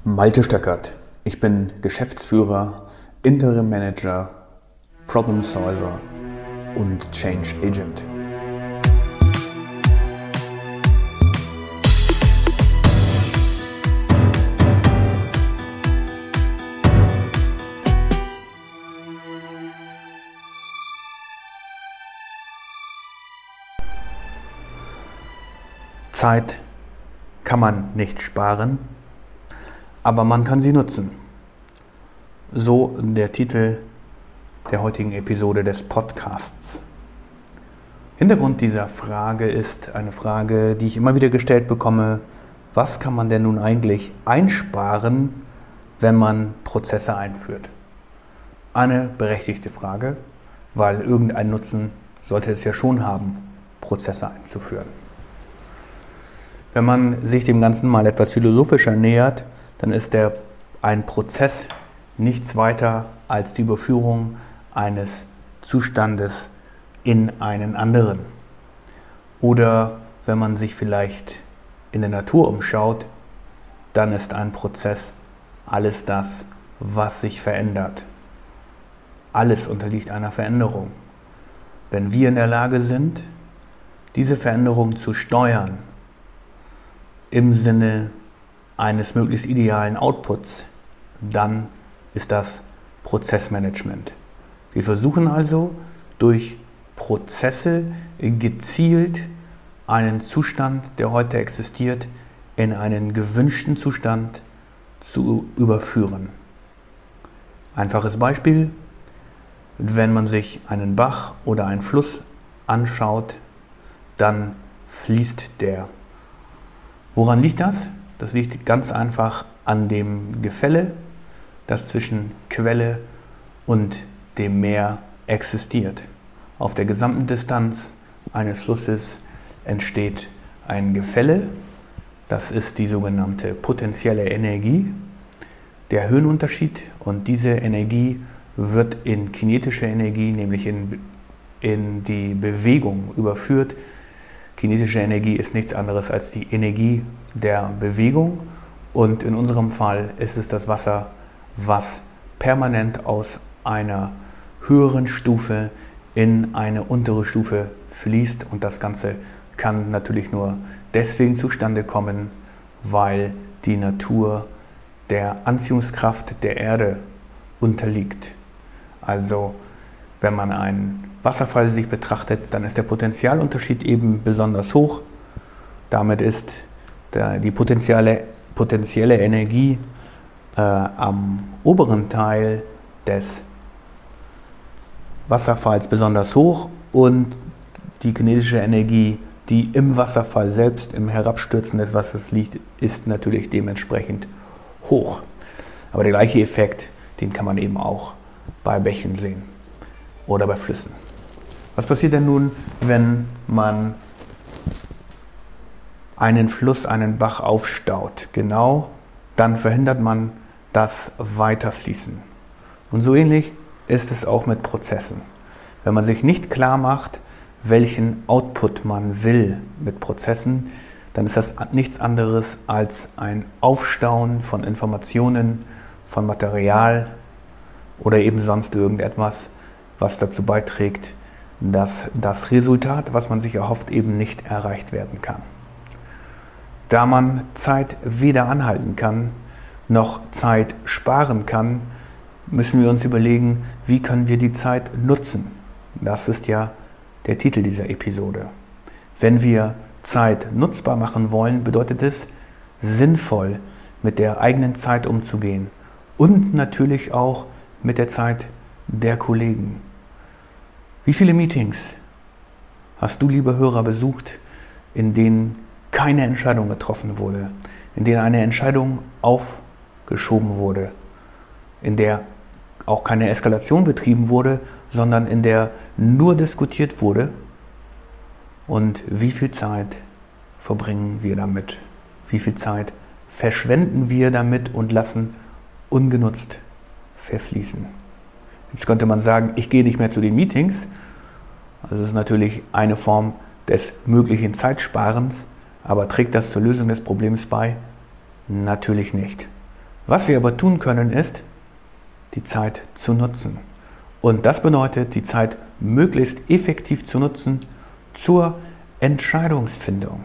Malte Stöckert. Ich bin Geschäftsführer, Interim Manager, Problem Solver und Change Agent. Zeit kann man nicht sparen, aber man kann sie nutzen. So der Titel der heutigen Episode des Podcasts. Hintergrund dieser Frage ist eine Frage, die ich immer wieder gestellt bekomme: Was kann man denn nun eigentlich einsparen, wenn man Prozesse einführt? Eine berechtigte Frage, weil irgendein Nutzen sollte es ja schon haben, Prozesse einzuführen. Wenn man sich dem Ganzen mal etwas philosophischer nähert, dann ist ein Prozess nichts weiter als die Überführung eines Zustandes in einen anderen. Oder wenn man sich vielleicht in der Natur umschaut, dann ist ein Prozess alles das, was sich verändert. Alles unterliegt einer Veränderung. Wenn wir in der Lage sind, diese Veränderung zu steuern, im Sinne eines möglichst idealen Outputs, dann ist das Prozessmanagement. Wir versuchen also durch Prozesse gezielt einen Zustand, der heute existiert, in einen gewünschten Zustand zu überführen. Einfaches Beispiel: Wenn man sich einen Bach oder einen Fluss anschaut, dann fließt der. Woran liegt das? Das liegt ganz einfach an dem Gefälle, das zwischen Quelle und dem Meer existiert. Auf der gesamten Distanz eines Flusses entsteht ein Gefälle, das ist die sogenannte potenzielle Energie, der Höhenunterschied, und diese Energie wird in kinetische Energie, nämlich in die Bewegung überführt. Kinetische Energie ist nichts anderes als die Energie der Bewegung, und in unserem Fall ist es das Wasser, was permanent aus einer höheren Stufe in eine untere Stufe fließt, und das Ganze kann natürlich nur deswegen zustande kommen, weil die Natur der Anziehungskraft der Erde unterliegt. Also wenn man einen Wasserfall sich betrachtet, dann ist der Potentialunterschied eben besonders hoch. Damit ist die potenzielle Energie am oberen Teil des Wasserfalls besonders hoch, und die kinetische Energie, die im Wasserfall selbst, im Herabstürzen des Wassers liegt, ist natürlich dementsprechend hoch. Aber der gleiche Effekt, den kann man eben auch bei Bächen sehen oder bei Flüssen. Was passiert denn nun, wenn man einen Fluss, einen Bach aufstaut? Genau, dann verhindert man das Weiterfließen. Und so ähnlich ist es auch mit Prozessen. Wenn man sich nicht klar macht, welchen Output man will mit Prozessen, dann ist das nichts anderes als ein Aufstauen von Informationen, von Material oder eben sonst irgendetwas, was dazu beiträgt, dass das Resultat, was man sich erhofft, eben nicht erreicht werden kann. Da man Zeit weder anhalten kann, noch Zeit sparen kann, müssen wir uns überlegen, wie können wir die Zeit nutzen. Das ist ja der Titel dieser Episode. Wenn wir Zeit nutzbar machen wollen, bedeutet es, sinnvoll mit der eigenen Zeit umzugehen und natürlich auch mit der Zeit der Kollegen. Wie viele Meetings hast du, lieber Hörer, besucht, in denen keine Entscheidung getroffen wurde, in denen eine Entscheidung aufgeschoben wurde, in der auch keine Eskalation betrieben wurde, sondern in der nur diskutiert wurde? Und wie viel Zeit verbringen wir damit? Wie viel Zeit verschwenden wir damit und lassen ungenutzt verfließen? Jetzt könnte man sagen, ich gehe nicht mehr zu den Meetings. Also das ist natürlich eine Form des möglichen Zeitsparens, aber trägt das zur Lösung des Problems bei? Natürlich nicht. Was wir aber tun können, ist, die Zeit zu nutzen. Und das bedeutet, die Zeit möglichst effektiv zu nutzen zur Entscheidungsfindung.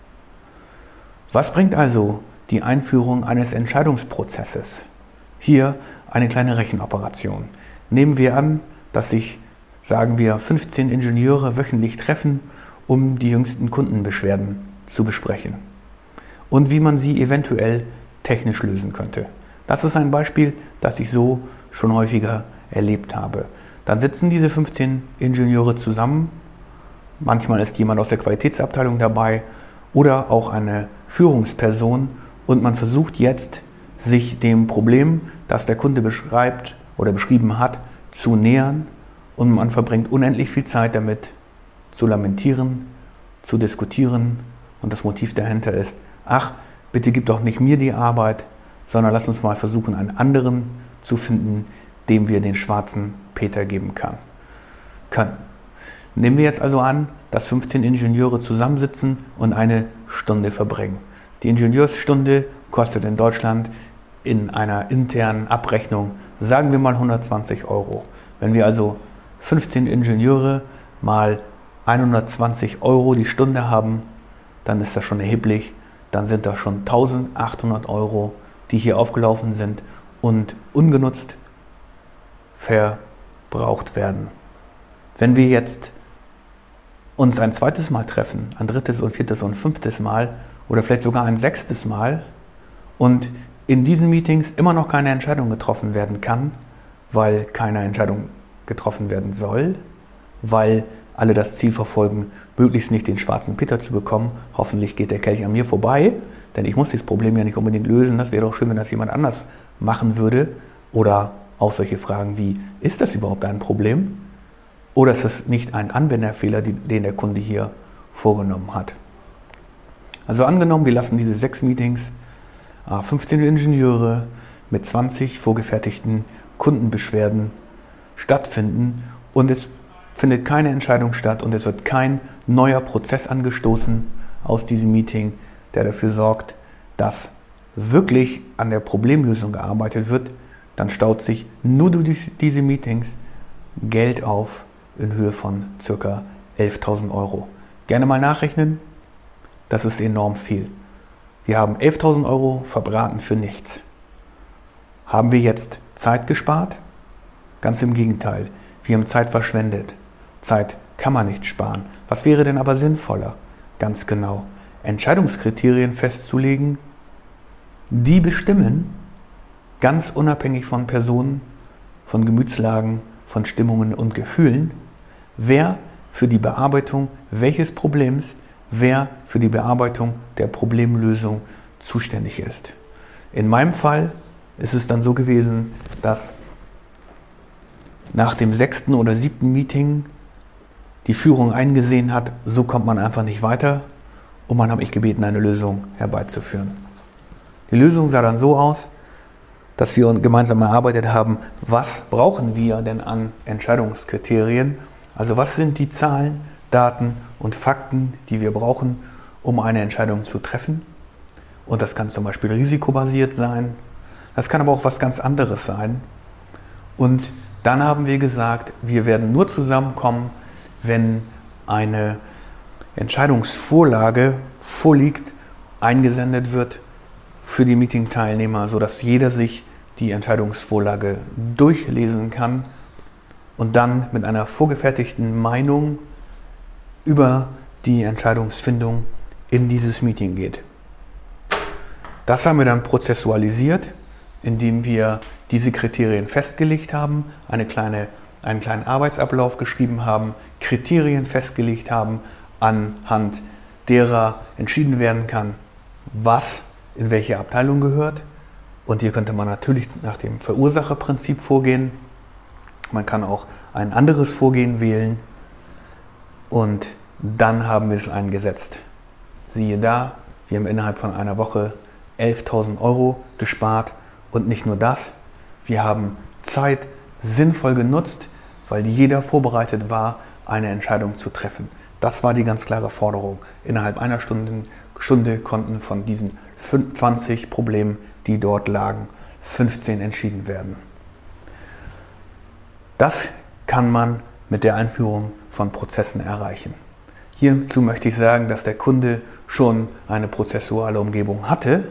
Was bringt also die Einführung eines Entscheidungsprozesses? Hier eine kleine Rechenoperation. Nehmen wir an, dass sich, sagen wir, 15 Ingenieure wöchentlich treffen, um die jüngsten Kundenbeschwerden zu besprechen und wie man sie eventuell technisch lösen könnte. Das ist ein Beispiel, das ich so schon häufiger erlebt habe. Dann sitzen diese 15 Ingenieure zusammen, manchmal ist jemand aus der Qualitätsabteilung dabei oder auch eine Führungsperson und man versucht jetzt, sich dem Problem, das der Kunde beschreibt oder beschrieben hat, zu nähern und man verbringt unendlich viel Zeit damit, zu lamentieren, zu diskutieren und das Motiv dahinter ist, ach, bitte gib doch nicht mir die Arbeit, sondern lass uns mal versuchen, einen anderen zu finden, dem wir den schwarzen Peter geben können. Nehmen wir jetzt also an, dass 15 Ingenieure zusammensitzen und eine Stunde verbringen. Die Ingenieursstunde kostet in Deutschland in einer internen Abrechnung, sagen wir mal 120 Euro. Wenn wir also 15 Ingenieure mal 120 Euro die Stunde haben, dann ist das schon erheblich. Dann sind das schon 1800 Euro, die hier aufgelaufen sind und ungenutzt verbraucht werden. Wenn wir jetzt uns ein zweites Mal treffen, ein drittes und viertes und fünftes Mal oder vielleicht sogar ein sechstes Mal und in diesen Meetings immer noch keine Entscheidung getroffen werden kann, weil keine Entscheidung getroffen werden soll, weil alle das Ziel verfolgen, möglichst nicht den schwarzen Peter zu bekommen. Hoffentlich geht der Kelch an mir vorbei, denn ich muss dieses Problem ja nicht unbedingt lösen. Das wäre doch schön, wenn das jemand anders machen würde. Oder auch solche Fragen wie, ist das überhaupt ein Problem? Oder ist das nicht ein Anwenderfehler, den der Kunde hier vorgenommen hat? Also angenommen, wir lassen diese 6 Meetings, 15 Ingenieure mit 20 vorgefertigten Kundenbeschwerden stattfinden und es findet keine Entscheidung statt und es wird kein neuer Prozess angestoßen aus diesem Meeting, der dafür sorgt, dass wirklich an der Problemlösung gearbeitet wird, dann staut sich nur durch diese Meetings Geld auf in Höhe von ca. 11.000 Euro. Gerne mal nachrechnen, das ist enorm viel. Wir haben 11.000 Euro verbraten für nichts. Haben wir jetzt Zeit gespart? Ganz im Gegenteil, wir haben Zeit verschwendet. Zeit kann man nicht sparen. Was wäre denn aber sinnvoller? Ganz genau, Entscheidungskriterien festzulegen, die bestimmen, ganz unabhängig von Personen, von Gemütslagen, von Stimmungen und Gefühlen, wer für die Bearbeitung welches Problems, wer für die Bearbeitung der Problemlösung zuständig ist. In meinem Fall ist es dann so gewesen, dass nach dem 6. oder 7. Meeting die Führung eingesehen hat, so kommt man einfach nicht weiter und man hat mich gebeten, eine Lösung herbeizuführen. Die Lösung sah dann so aus, dass wir gemeinsam erarbeitet haben, was brauchen wir denn an Entscheidungskriterien, also was sind die Zahlen, Daten und Fakten, die wir brauchen, um eine Entscheidung zu treffen. Und das kann zum Beispiel risikobasiert sein, das kann aber auch was ganz anderes sein. Und dann haben wir gesagt, wir werden nur zusammenkommen, wenn eine Entscheidungsvorlage vorliegt, eingesendet wird für die Meeting-Teilnehmer, sodass jeder sich die Entscheidungsvorlage durchlesen kann und dann mit einer vorgefertigten Meinung über die Entscheidungsfindung in dieses Meeting geht. Das haben wir dann prozessualisiert, indem wir diese Kriterien festgelegt haben, einen kleinen Arbeitsablauf geschrieben haben, Kriterien festgelegt haben, anhand derer entschieden werden kann, was in welche Abteilung gehört. Und hier könnte man natürlich nach dem Verursacherprinzip vorgehen. Man kann auch ein anderes Vorgehen wählen. Und dann haben wir es eingesetzt. Siehe da, wir haben innerhalb von einer Woche 11.000 Euro gespart. Und nicht nur das, wir haben Zeit sinnvoll genutzt, weil jeder vorbereitet war, eine Entscheidung zu treffen. Das war die ganz klare Forderung. Innerhalb einer Stunde konnten von diesen 20 Problemen, die dort lagen, 15 entschieden werden. Das kann man mit der Einführung von Prozessen erreichen. Hierzu möchte ich sagen, dass der Kunde schon eine prozessuale Umgebung hatte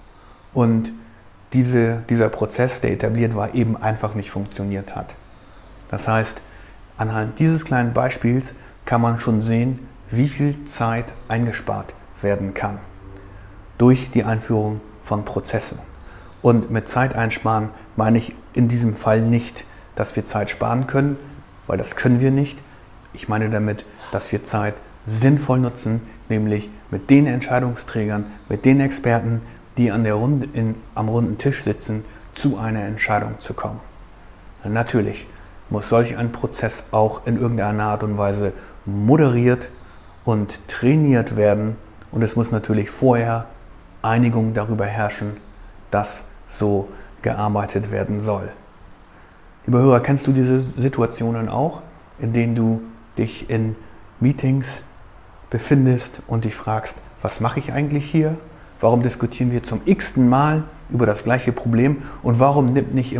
und dieser Prozess, der etabliert war, eben einfach nicht funktioniert hat. Das heißt, anhand dieses kleinen Beispiels kann man schon sehen, wie viel Zeit eingespart werden kann durch die Einführung von Prozessen. Und mit Zeit einsparen meine ich in diesem Fall nicht, dass wir Zeit sparen können, weil das können wir nicht. Ich meine damit, dass wir Zeit sinnvoll nutzen, nämlich mit den Entscheidungsträgern, mit den Experten, die am runden Tisch sitzen, zu einer Entscheidung zu kommen. Und natürlich muss solch ein Prozess auch in irgendeiner Art und Weise moderiert und trainiert werden. Und es muss natürlich vorher Einigung darüber herrschen, dass so gearbeitet werden soll. Lieber Hörer, kennst du diese Situationen auch, in denen du dich in Meetings befindest und dich fragst, was mache ich eigentlich hier? Warum diskutieren wir zum x-ten Mal über das gleiche Problem und warum nimmt nicht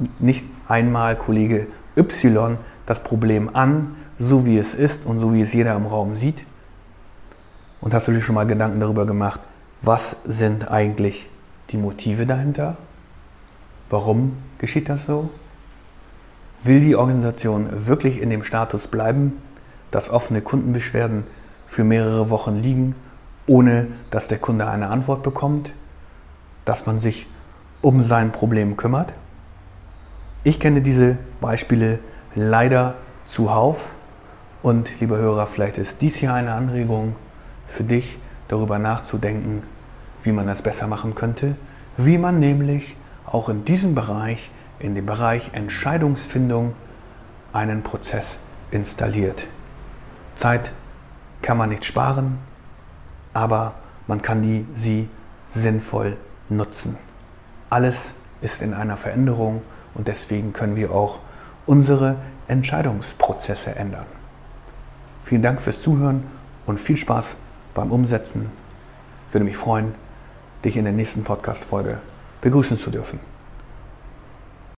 einmal Kollege Y das Problem an, so wie es ist und so wie es jeder im Raum sieht? Und hast du dir schon mal Gedanken darüber gemacht, was sind eigentlich die Motive dahinter? Warum geschieht das so? Will die Organisation wirklich in dem Status bleiben, dass offene Kundenbeschwerden für mehrere Wochen liegen, ohne dass der Kunde eine Antwort bekommt, dass man sich um sein Problem kümmert? Ich kenne diese Beispiele leider zuhauf und, lieber Hörer, vielleicht ist dies hier eine Anregung für dich, darüber nachzudenken, wie man das besser machen könnte, wie man nämlich auch in diesem Bereich, in dem Bereich Entscheidungsfindung, einen Prozess installiert. Zeit kann man nicht sparen, aber man kann sie sinnvoll nutzen. Alles ist in einer Veränderung und deswegen können wir auch unsere Entscheidungsprozesse ändern. Vielen Dank fürs Zuhören und viel Spaß beim Umsetzen. Ich würde mich freuen, dich in der nächsten Podcast-Folge begrüßen zu dürfen.